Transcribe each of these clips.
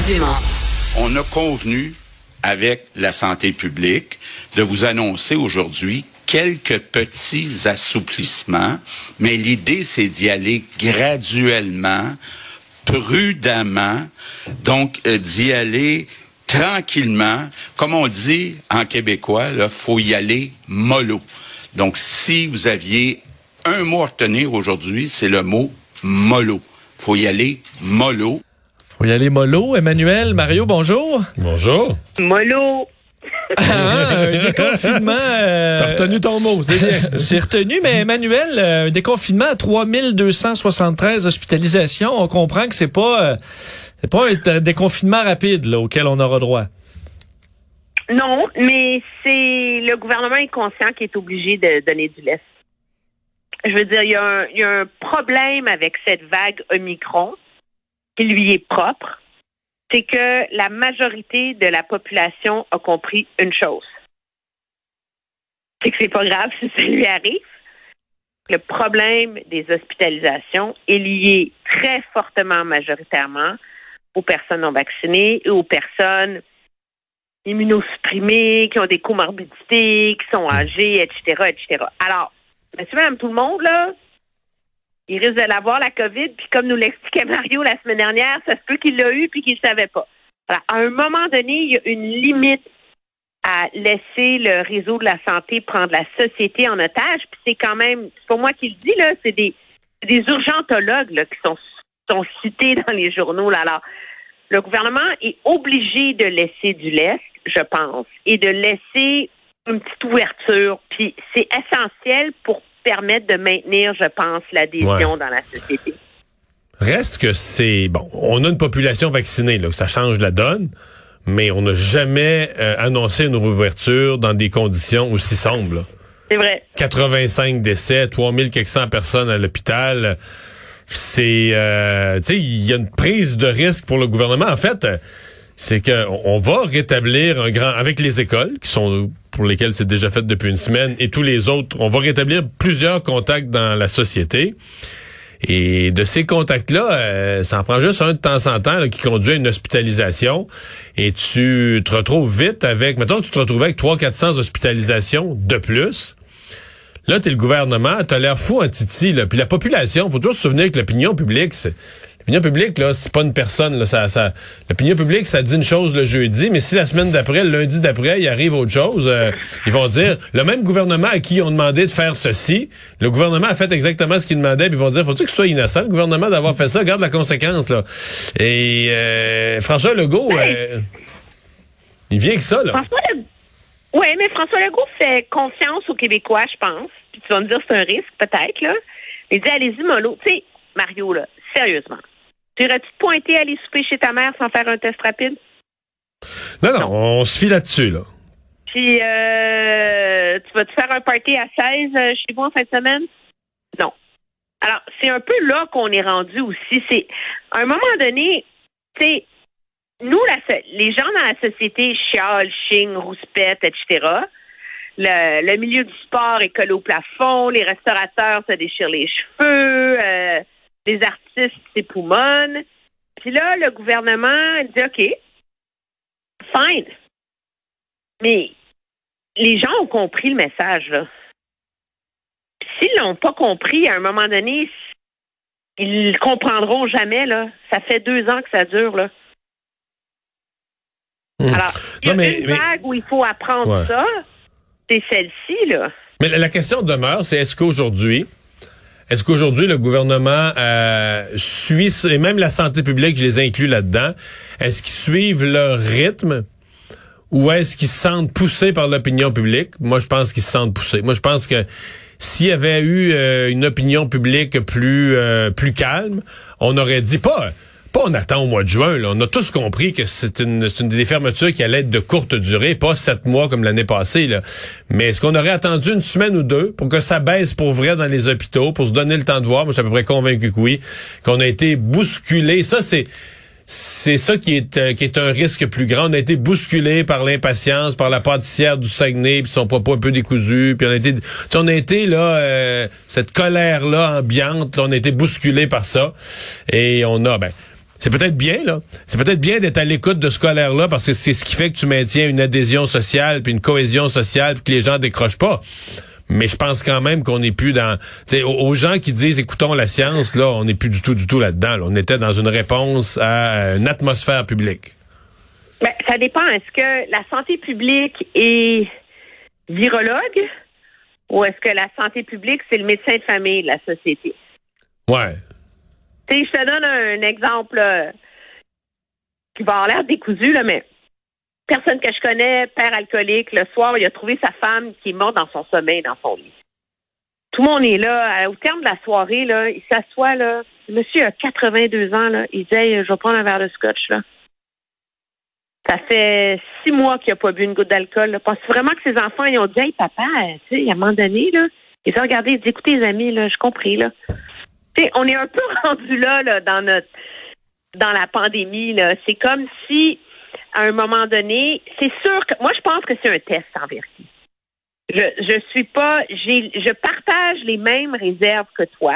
Dumont. On a convenu avec la santé publique de vous annoncer aujourd'hui quelques petits assouplissements, mais l'idée, c'est d'y aller graduellement, prudemment, donc d'y aller tranquillement. Comme on dit en québécois, il faut y aller mollo. Donc, si vous aviez un mot à retenir aujourd'hui, c'est le mot mollo. Faut y aller mollo. Faut y aller mollo. Emmanuel, Mario, bonjour. Bonjour. Mollo. Un déconfinement. T'as retenu ton mot, c'est bien. C'est retenu, mais Emmanuel, un déconfinement à 3273 hospitalisations. On comprend que c'est pas un déconfinement rapide là, auquel on aura droit. Non, mais le gouvernement est conscient qu'il est obligé de donner du lest. Je veux dire, il y a un problème avec cette vague Omicron qui lui est propre. C'est que la majorité de la population a compris une chose. C'est que c'est pas grave si ça lui arrive. Le problème des hospitalisations est lié très fortement, majoritairement, aux personnes non vaccinées et aux personnes immunosupprimées, qui ont des comorbidités, qui sont âgées, etc., etc. Alors, monsieur, madame, tout le monde, là, il risque de l'avoir, la COVID, puis comme nous l'expliquait Mario la semaine dernière, ça se peut qu'il l'a eu puis qu'il ne savait pas. Alors, à un moment donné, il y a une limite à laisser le réseau de la santé prendre la société en otage, puis c'est quand même, c'est pas moi qui le dis, là, c'est des urgentologues là, qui sont cités dans les journaux. Là. Alors, le gouvernement est obligé de laisser du lest, je pense, et de laisser une petite ouverture, puis c'est essentiel pour permettre de maintenir, je pense, l'adhésion dans la société. Reste que on a une population vaccinée, là, ça change la donne, mais on n'a jamais annoncé une ouverture dans des conditions aussi sombres. Là. C'est vrai. 85 décès, 3400 personnes à l'hôpital. C'est, tu sais, il y a une prise de risque pour le gouvernement. En fait, c'est que on va rétablir avec les écoles qui sont pour lesquelles c'est déjà fait depuis une semaine et tous les autres, on va rétablir plusieurs contacts dans la société. Et de ces contacts-là, ça en prend juste un de temps en temps là, qui conduit à une hospitalisation. Et tu te retrouves vite mettons, tu te retrouves avec 300-400 hospitalisations de plus. Là, t'es le gouvernement, t'as l'air fou en titi, là. Puis la population, faut toujours se souvenir que l'opinion publique, l'opinion publique, là, c'est pas une personne, là. L'opinion publique, ça dit une chose le jeudi, mais si la semaine d'après, le lundi d'après, il arrive autre chose, ils vont dire, le même gouvernement à qui ils ont demandé de faire ceci, le gouvernement a fait exactement ce qu'il demandait, puis ils vont dire, faut-tu que ce soit innocent, le gouvernement, d'avoir fait ça? Regarde la conséquence, là. Et, François Legault, il vient que ça, là. Oui, mais François Legault fait confiance aux Québécois, je pense. Puis tu vas me dire c'est un risque, peut-être, là. Il dit, allez-y, mollo. Tu sais, Mario, là, sérieusement, tu irais-tu te pointer à aller souper chez ta mère sans faire un test rapide? Non, on se fie là-dessus, là. Puis, tu vas-tu faire un party à 16 chez vous en fin de semaine? Non. Alors, c'est un peu là qu'on est rendu aussi. C'est, à un moment donné, tu sais, nous, les gens dans la société chialent, chignent, rouspètent, etc. Le milieu du sport est collé au plafond, les restaurateurs se déchirent les cheveux, les artistes s'époumonnent. Puis là, le gouvernement dit OK, fine. Mais les gens ont compris le message, là. S'ils l'ont pas compris, à un moment donné, ils le comprendront jamais, là. Ça fait 2 ans que ça dure, là. Alors, il y a une vague où il faut apprendre ça, c'est celle-ci, là. Mais la question demeure, c'est est-ce qu'aujourd'hui, le gouvernement suit, et même la santé publique, je les inclus là-dedans, est-ce qu'ils suivent leur rythme ou est-ce qu'ils se sentent poussés par l'opinion publique? Moi, je pense qu'ils se sentent poussés. Moi, je pense que s'il y avait eu une opinion publique plus calme, on aurait dit pas on attend au mois de juin. Là. On a tous compris que c'est une des fermetures qui allait être de courte durée, pas 7 mois comme l'année passée. Là. Mais est-ce qu'on aurait attendu une semaine ou 2 pour que ça baisse pour vrai dans les hôpitaux, pour se donner le temps de voir? Moi, je suis à peu près convaincu que oui, qu'on a été bousculé. Ça, c'est ça qui est un risque plus grand. On a été bousculé par l'impatience, par la pâtissière du Saguenay, puis son propos un peu décousu, puis on a été cette colère-là ambiante, là, on a été bousculé par ça. Et on a, C'est peut-être bien, là. C'est peut-être bien d'être à l'écoute de ce colère-là parce que c'est ce qui fait que tu maintiens une adhésion sociale puis une cohésion sociale puis que les gens décrochent pas. Mais je pense quand même qu'on n'est plus dans... aux gens qui disent « écoutons la science », là, on n'est plus du tout là-dedans. Là. On était dans une réponse à une atmosphère publique. Ben, ça dépend. Est-ce que la santé publique est virologue ou est-ce que la santé publique, c'est le médecin de famille de la société? Ouais. Tu sais, je te donne un exemple là, qui va avoir l'air décousu, là, mais personne que je connais, père alcoolique, le soir, il a trouvé sa femme qui est morte dans son sommeil, dans son lit. Tout le monde est là. Au terme de la soirée, là, il s'assoit, là. Le monsieur a 82 ans, là. Il dit, hey, je vais prendre un verre de scotch, là. Ça fait 6 mois qu'il n'a pas bu une goutte d'alcool. Pense vraiment que ses enfants, ils ont dit, hey, papa, tu sais, à un moment donné, là, ils ont regardé, ils dit, écoutez, les amis, là, je compris, là. Tu sais, on est un peu rendu là, dans la pandémie, là. C'est comme si, à un moment donné, c'est sûr que, moi, je pense que c'est un test, en vérité. Je partage les mêmes réserves que toi,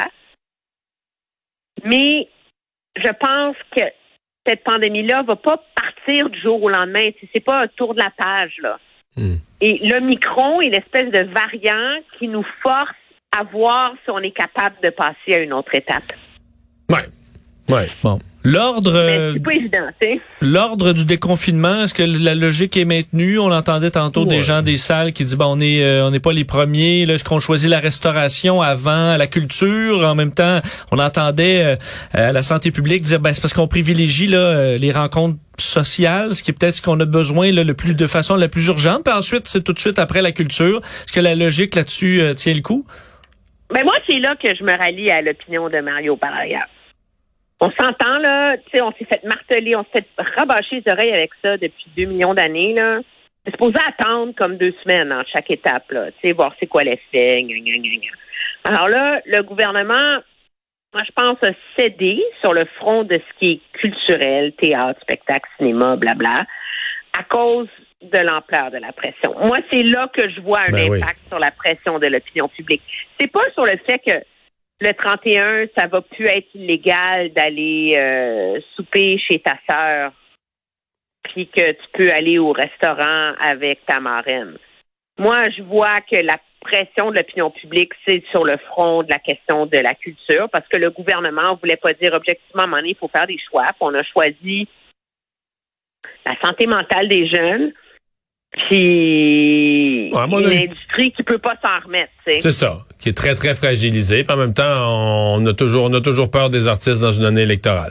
mais je pense que cette pandémie-là va pas partir du jour au lendemain. C'est pas un tour de la page, là. Et l'Omicron est l'espèce de variant qui nous force à voir si on est capable de passer à une autre étape. Ouais. Bon. Mais c'est pas évident, tu sais. L'ordre du déconfinement, est-ce que la logique est maintenue? On entendait tantôt des gens des salles qui disent on n'est pas les premiers. Là, est-ce qu'on choisit la restauration avant la culture? En même temps, on entendait la santé publique dire c'est parce qu'on privilégie là les rencontres sociales, ce qui est peut-être ce qu'on a besoin là, de façon la plus urgente. Puis ensuite, c'est tout de suite après la culture. Est-ce que la logique là-dessus tient le coup? Ben moi, c'est là que je me rallie à l'opinion de Mario par ailleurs. On s'entend, là, tu sais, on s'est fait marteler, on s'est fait rabâcher les oreilles avec ça depuis 2 millions d'années, là. C'est supposé attendre comme 2 semaines entre chaque étape, là, tu sais, voir c'est quoi l'effet, Alors là, le gouvernement, moi, je pense, a cédé sur le front de ce qui est culturel, théâtre, spectacle, cinéma, blabla, à cause de l'ampleur de la pression. Moi, c'est là que je vois un impact sur la pression de l'opinion publique. C'est pas sur le fait que le 31, ça va plus être illégal d'aller souper chez ta sœur, puis que tu peux aller au restaurant avec ta marraine. Moi, je vois que la pression de l'opinion publique, c'est sur le front de la question de la culture, parce que le gouvernement voulait pas dire objectivement, à un moment donné, il faut faire des choix. Puis on a choisi la santé mentale des jeunes, puis une industrie qui peut pas s'en remettre. T'sais. C'est ça, qui est très, très fragilisée. Puis en même temps, on a toujours peur des artistes dans une année électorale.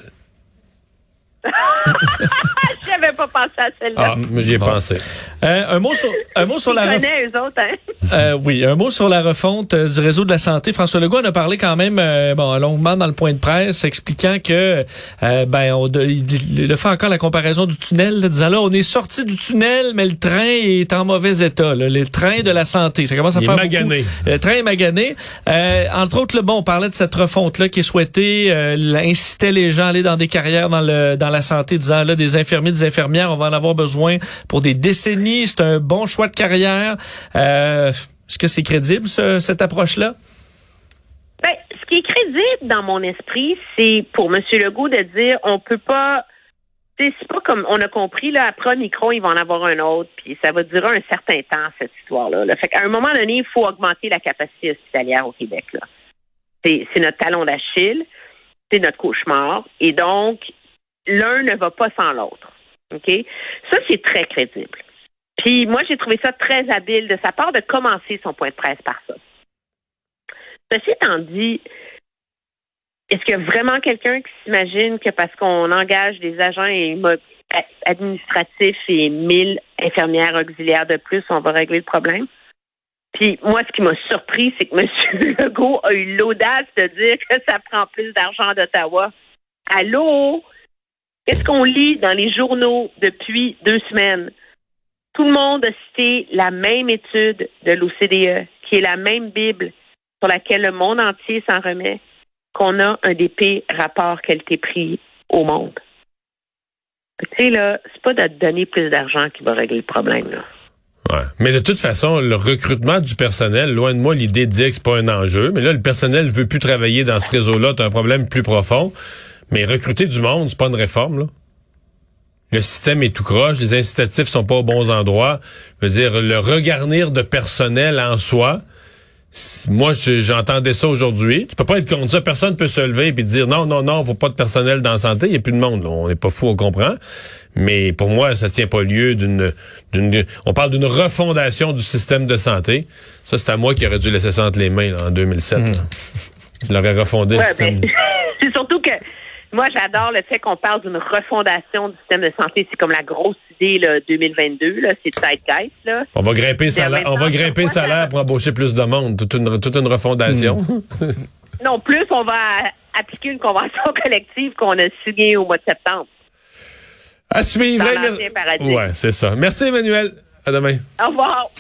J'avais pas pensé à celle-là. Mais j'y ai pensé. Un mot sur la refonte. Eux autres, hein? Oui, un mot sur la refonte du réseau de la santé. François Legault en a parlé quand même longuement dans le point de presse, expliquant que il a fait encore la comparaison du tunnel, là, disant là, on est sorti du tunnel, mais le train est en mauvais état. Là, le train de la santé, ça commence à faire magané. Beaucoup. Le train est magané. Entre autres, on parlait de cette refonte-là qui est souhaitée, incitait les gens à aller dans des carrières dans la santé, disant là, des infirmiers, des infirmières, on va en avoir besoin pour des décennies. C'est un bon choix de carrière. Est-ce que c'est crédible, cette approche-là? Ben, ce qui est crédible dans mon esprit, c'est pour M. Legault de dire on peut pas. C'est pas comme on a compris, là, après Omicron, il va en avoir un autre, puis ça va durer un certain temps, cette histoire-là. Là. Fait qu'à un moment donné, il faut augmenter la capacité hospitalière au Québec. Là. C'est notre talon d'Achille, c'est notre cauchemar, et donc, l'un ne va pas sans l'autre. OK? Ça, c'est très crédible. Puis moi, j'ai trouvé ça très habile de sa part de commencer son point de presse par ça. Ceci étant dit, est-ce qu'il y a vraiment quelqu'un qui s'imagine que parce qu'on engage des agents administratifs et 1000 infirmières auxiliaires de plus, on va régler le problème? Puis moi, ce qui m'a surpris, c'est que M. Legault a eu l'audace de dire que ça prend plus d'argent d'Ottawa. Allô? Qu'est-ce qu'on lit dans les journaux depuis 2 semaines? Tout le monde a cité la même étude de l'OCDE, qui est la même Bible sur laquelle le monde entier s'en remet, qu'on a un des pires rapports qualité-prix au monde. Tu sais, là, c'est pas de donner plus d'argent qui va régler le problème, là. Ouais. Mais de toute façon, le recrutement du personnel, loin de moi l'idée de dire que c'est pas un enjeu, mais là, le personnel veut plus travailler dans ce réseau-là, t'as un problème plus profond. Mais recruter du monde, c'est pas une réforme, là. Le système est tout croche, les incitatifs sont pas aux bons endroits. Je veux dire, le regarnir de personnel en soi, moi, j'entendais ça aujourd'hui. Tu peux pas être contre ça. Personne peut se lever et dire non, faut pas de personnel dans la santé. Il n'y a plus de monde. Là. On n'est pas fou, on comprend. Mais pour moi, ça tient pas lieu on parle d'une refondation du système de santé. Ça, c'est à moi qui aurais dû laisser ça entre les mains, là, en 2007. Je l'aurais refondé, le système. C'est surtout que moi, j'adore le fait qu'on parle d'une refondation du système de santé. C'est comme la grosse idée, là, 2022, là. C'est zeitgeist, là. On va grimper le salaire pour embaucher plus de monde. Toute une refondation. Non, plus, on va appliquer une convention collective qu'on a signée au mois de septembre. À suivre. Dans l'ancien paradis. Ouais, c'est ça. Merci, Emmanuel. À demain. Au revoir.